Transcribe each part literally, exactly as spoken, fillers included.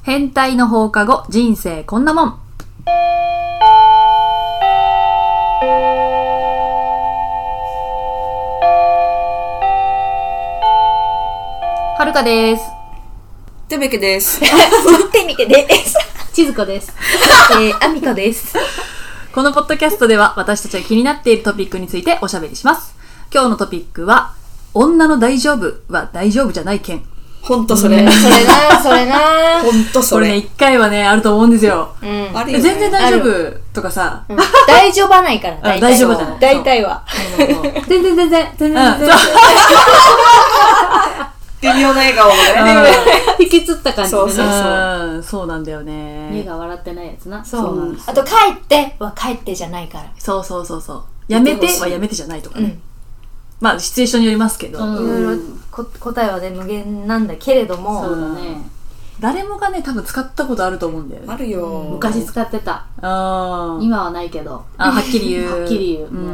変態の放課後人生こんなもん。はるかです。 てべけです。 てみけです。 ちずこです。 えー、あみこです。 このポッドキャストでは私たちが気になっているトピックについておしゃべりします。今日のトピックは女の大丈夫は大丈夫じゃない件。 ほんとそれ、 うん、それなそれなほんとそれ。 これね、一回はねあると思うんですよ。 うん、 あるよね。 全然大丈夫とかさ、 うん、大丈夫はないから。大大丈夫じゃない。 大体は。 全然全然全然全然。 微妙な笑顔でね。 引きつった感じでね。 そうそうそう。そうなんだよね。 目が笑ってないやつな。 そう。 そうなんです。 あと帰っては帰ってじゃないから。 そうそうそうそう。やめてはやめてじゃないとかね。うん、まあシチュエーションによりますけど、 いろいろ答えはね無限なんだけれども、 そうだね。 誰もがね多分使ったことあると思うんだよね。 あるよ。 昔使ってた。 あ今はないけど。 あ、はっきり言う。 はっきり言う。 うん、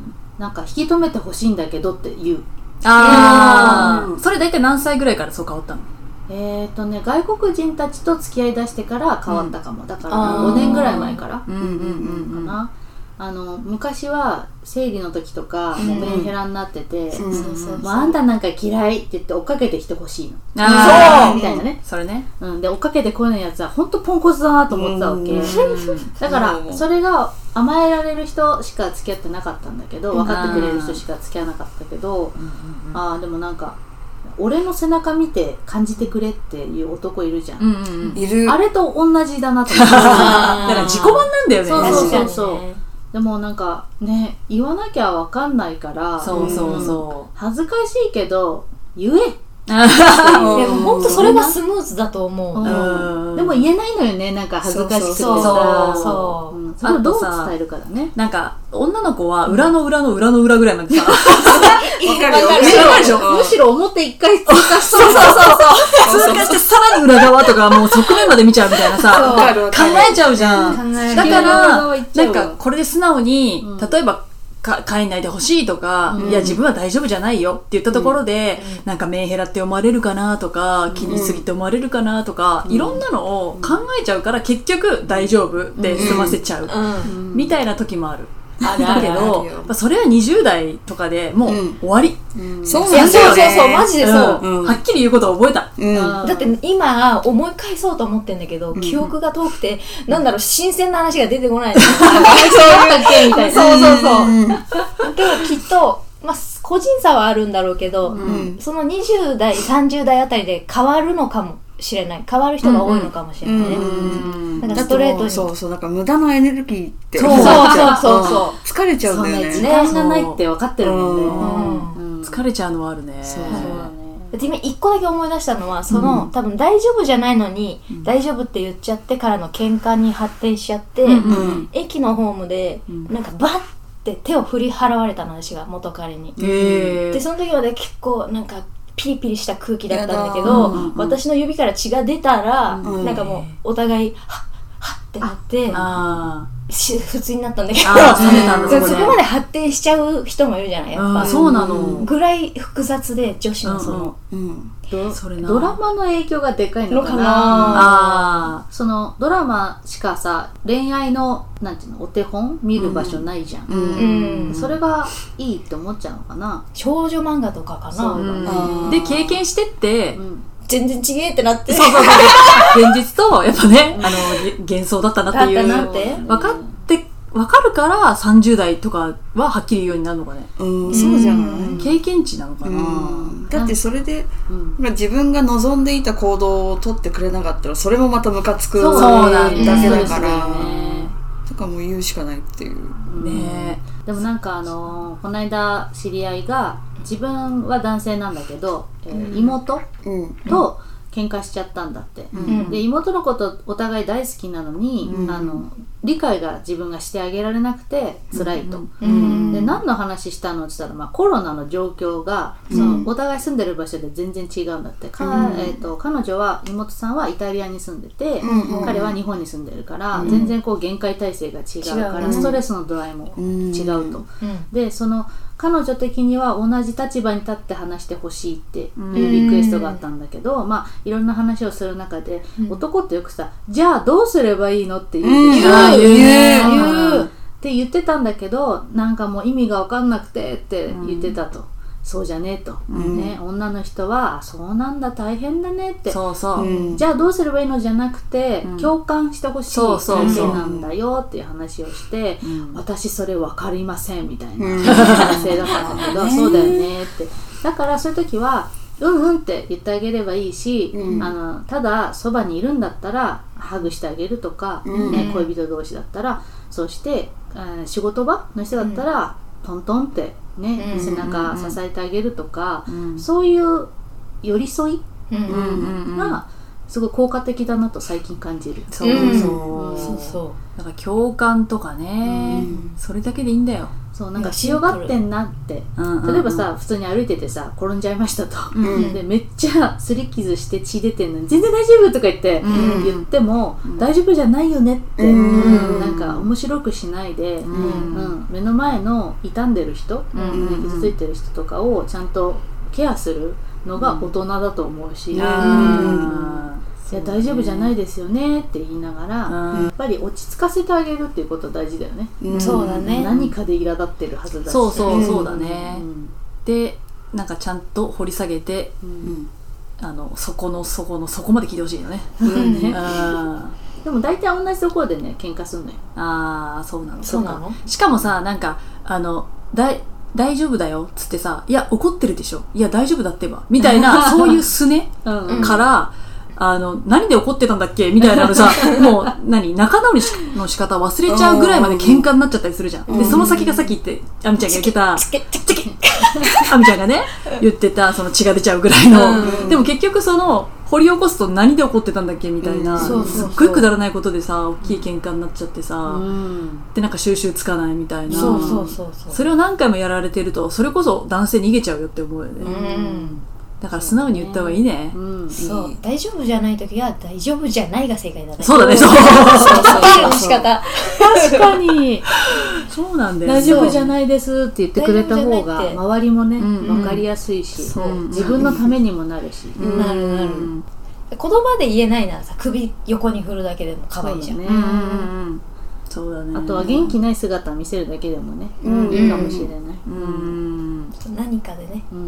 なんか引き止めてほしいんだけどって言う。 ああ、それ大体何歳ぐらいからそう変わったの？ えーとね、外国人たちと付き合い出してから変わったかも、うん、だからごねんぐらい前からかな。あの昔は生理の時とかもうメンヘラになってて、もうあんたなんか嫌いって言って追っかけてきてほしいの。 あそうみたいなね。 それね。 うん、で追っかけてこないやつは本当ポンコツだなと思ってたわけ。だからそれが甘えられる人しか付き合ってなかったんだけど、分かってくれる人しか付き合わなかったけど、ああでもなんか俺の背中見て感じてくれっていう男いるじゃん。うんうんうん、いる。あれと同じだなと思って。だから自己満なんだよね。 そうそうそうそう。でもなんかね、言わなきゃわかんないから、 そうそうそう。 恥ずかしいけど言え。 でも本当それがスムーズだと思う。 うん、でも言えないのよね、なんか恥ずかしくてさ。そうそう。それをどう伝えるかだね。 なんか女の子は裏の裏の裏の裏ぐらいまでさ、わかるよ。 むしろ表一回通過して、 そうそうそう通過してさらに裏側とかもう側面まで見ちゃうみたいなさ、考えちゃうじゃん。だからなんかこれで素直に例えばか帰んないでほしいとか、うん、いや自分は大丈夫じゃないよって言ったところで、うん、なんかメンヘラって思われるかなとか、うん、気にしすぎて思われるかなとか、うん、いろんなのを考えちゃうから結局大丈夫で済ませちゃう、うん、みたいな時もある。だけどやっぱそれはにじゅう代とかでもう終わり、 うん、そうなんだよね。そうそうそうマジでそう、 うん、はっきり言うことを覚えた、 うん、だって今思い返そうと思ってんだけど、うん、記憶が遠くて、うん、なんだろう新鮮な話が出てこないそういうっけみたいなそうそうそう、うん、でもきっとまあ個人差はあるんだろうけど、うん、そのにじゅう代さんじゅう代あたりで変わるのかもしれない。変わる人が多いのかもしれないね。うん、だからストレートに。 そうそう、だから無駄なエネルギーってそうそうそうそう疲れちゃうんだよね。 時間がないって分かってるもんね。 うん、疲れちゃうのはあるね。 そうだね。 今一個だけ思い出したのはその、うん、多分大丈夫じゃないのに、うん、大丈夫って言っちゃってからの喧嘩に発展しちゃって、うんうん、駅のホームで、うん、なんかバッて手を振り払われたの私が元彼に。でその時まで結構なんかピリピリした空気だったんだけど、うんうん、私の指から血が出たら、うん、なんかもうお互いはっはっってなってあ普通になったんだけど、そこまで発展しちゃう人もいるじゃないやっぱ。 そうなのぐらい複雑で女子のその、 うんうんド, それなドラマの影響がでかいのかな。あそのドラマしかさ恋愛のなんていうのお手本見る場所ないじゃん、うんうん、それがいいって思っちゃうのかな。 少女漫画とかかな。そうだね。で経験してって、うん、 全然違えってなってそうそうそう現実とやっぱね、うん、あの幻想だったなっていうなって分かって分かるからさんじゅう代とかははっきり言うようになるのかね。 うんそうじゃない。 経験値なのかな。 うんだってそれで、うん、自分が望んでいた行動を取ってくれなかったらそれもまたムカつくだけだからとかも言うしかないっていうね。 でもなんかあのー、この間知り合いが自分は男性なんだけど、えーうん、妹、うん、と喧嘩しちゃったんだって、うん、で妹のことお互い大好きなのに、うん、あの理解が自分がしてあげられなくて辛いと、うん、で何の話したのって言ったら、まあ、コロナの状況がそのお互い住んでる場所で全然違うんだって、うんえー、と彼女は妹さんはイタリアに住んでて、うん、彼は日本に住んでるから、うん、全然こう限界体制が違うから、うん、ストレスの度合いも違うと、うん、でその彼女的には同じ立場に立って話してほしいっていうリクエストがあったんだけど、まあいろんな話をする中で、うん、男ってよくさ、じゃあどうすればいいのって言うでしょ、うん、言う言うって言ってたんだけど、なんかもう意味が分かんなくてって言ってたと、うん、そうじゃねえと、うんね、女の人はそうなんだ大変だねって、 そうそう、 うん、じゃあどうすればいいのじゃなくて、うん、共感してほしいだけなんだよっていう話をして、うん、私それ分かりませんみたいな男性だったんだけど、うん、そうだよねって、だからそういう時はうんうんって言ってあげればいいし、うん、あのただそばにいるんだったらハグしてあげるとか、うんね、恋人同士だったらそうして、仕事場の人だったら、うん、トントンってね、うん、背中支えてあげるとか、うん、そういう寄り添いがすごい効果的だなと最近感じる。 そうそう、うん、そうそう、なんか共感とかね、うん、それだけでいいんだよ。 そう、なんか強がってんなって、例えばさ、普通に歩いててさ転んじゃいましたと、うん、でめっちゃ擦り傷して血出てんのに全然大丈夫とか言って、うん、言っても、うん、大丈夫じゃないよねって、うん、なんか面白くしないで、うんうん、目の前の傷んでる人、うん、傷ついてる人とかをちゃんとケアするのが大人だと思うし、うんうんいや大丈夫じゃないですよねって言いながら、うん、やっぱり落ち着かせてあげるっていうこと大事だよね、 うん、そうだね、 何かで苛立ってるはずだし、 そうそうそうだね、うん、でなんかちゃんと掘り下げて、うん、あのそこのそこのそこまで聞いてほしいよね、うんねでも大体同じところでね喧嘩するのよ。 ああそうなのそうなの。しかもさなんかあのだい大丈夫だよっつってさ、いや怒ってるでしょ、いや大丈夫だってばみたいなそういうすねから、あの何で怒ってたんだっけみたいなのさもう何仲直りの仕方忘れちゃうぐらいまで喧嘩になっちゃったりするじゃん。でその先がさっき言ってあみちゃんが言ってたあみちゃんがね言ってたその血が出ちゃうぐらいの、でも結局その掘り起こすと何で怒ってたんだっけみたいな、すっごいくだらないことでさ大きい喧嘩になっちゃってさ、でなんか収拾つかないみたいな、 そうそうそうそう、 それを何回もやられてるとそれこそ男性逃げちゃうよって思うよね。うんだから素直に言った方がいいね。 うん、そう大丈夫じゃない時は大丈夫じゃないが正解だね。 そうだね。そうそうそう仕方確かにそうなんだよ。 大丈夫じゃないですって言ってくれた方が周りもね、うん、分かりやすいし、うん、自分のためにもなるし、 うん、なるなる、うん、言葉で言えないならさ首横に振るだけでも可愛いじゃん。そうだね、うんうんそうだね。 あとは元気ない姿を見せるだけでもね、うん、いいかもしれない、うんうん、何かでね、うん、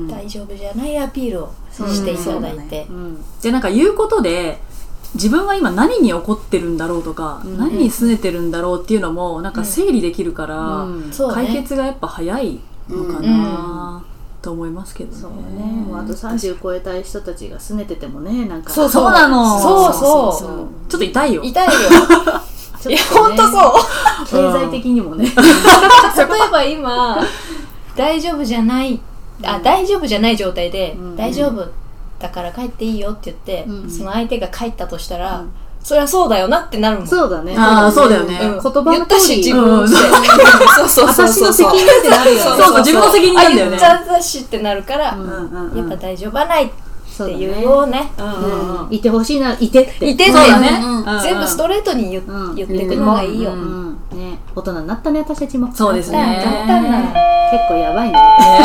大丈夫じゃないアピールをしていただいて、うん、 でなんか言うことで自分は今何に怒ってるんだろうとか、うん、何に拗ねてるんだろうっていうのもなんか整理できるから、うんうん、解決がやっぱ早いのかな、うん、と思いますけどね。 そうね、もうあとさんじゅう超えたい人たちが拗ねててもね、なんかそうそうなの、 そうそうそう、 ちょっと痛いよ痛いよいや本当そう経済的にもね例えば今大丈夫じゃないあ、うん、大丈夫じゃない状態で、うん、大丈夫だから帰っていいよって言って、うん、その相手が帰ったとしたら、うん、そりゃそうだよなってなるもん。 そうだね。 ああ、そうだよね。 うん、言葉の通り自分で、 そうそうそうそう、私の責任ってなるよね。 そうそう、自分の責任なんだよね。 あ、言っちゃったしってなるから、うんうんうん、やっぱ大丈夫はないっていうのをね、 うんうん、いてほしいならいてっていてってそうだね、うん、全部ストレートに 言,、うん、言ってくのがいいよ、うんうんね、大人になったね私たちも。 そうですね、 なったんだ結構やばいね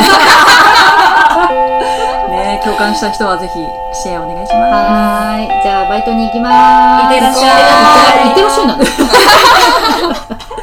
ね、共感した人はぜひシェアお願いします。 はい、 じゃあバイトに行きます。 いってらっしゃい。 いってらっしゃいな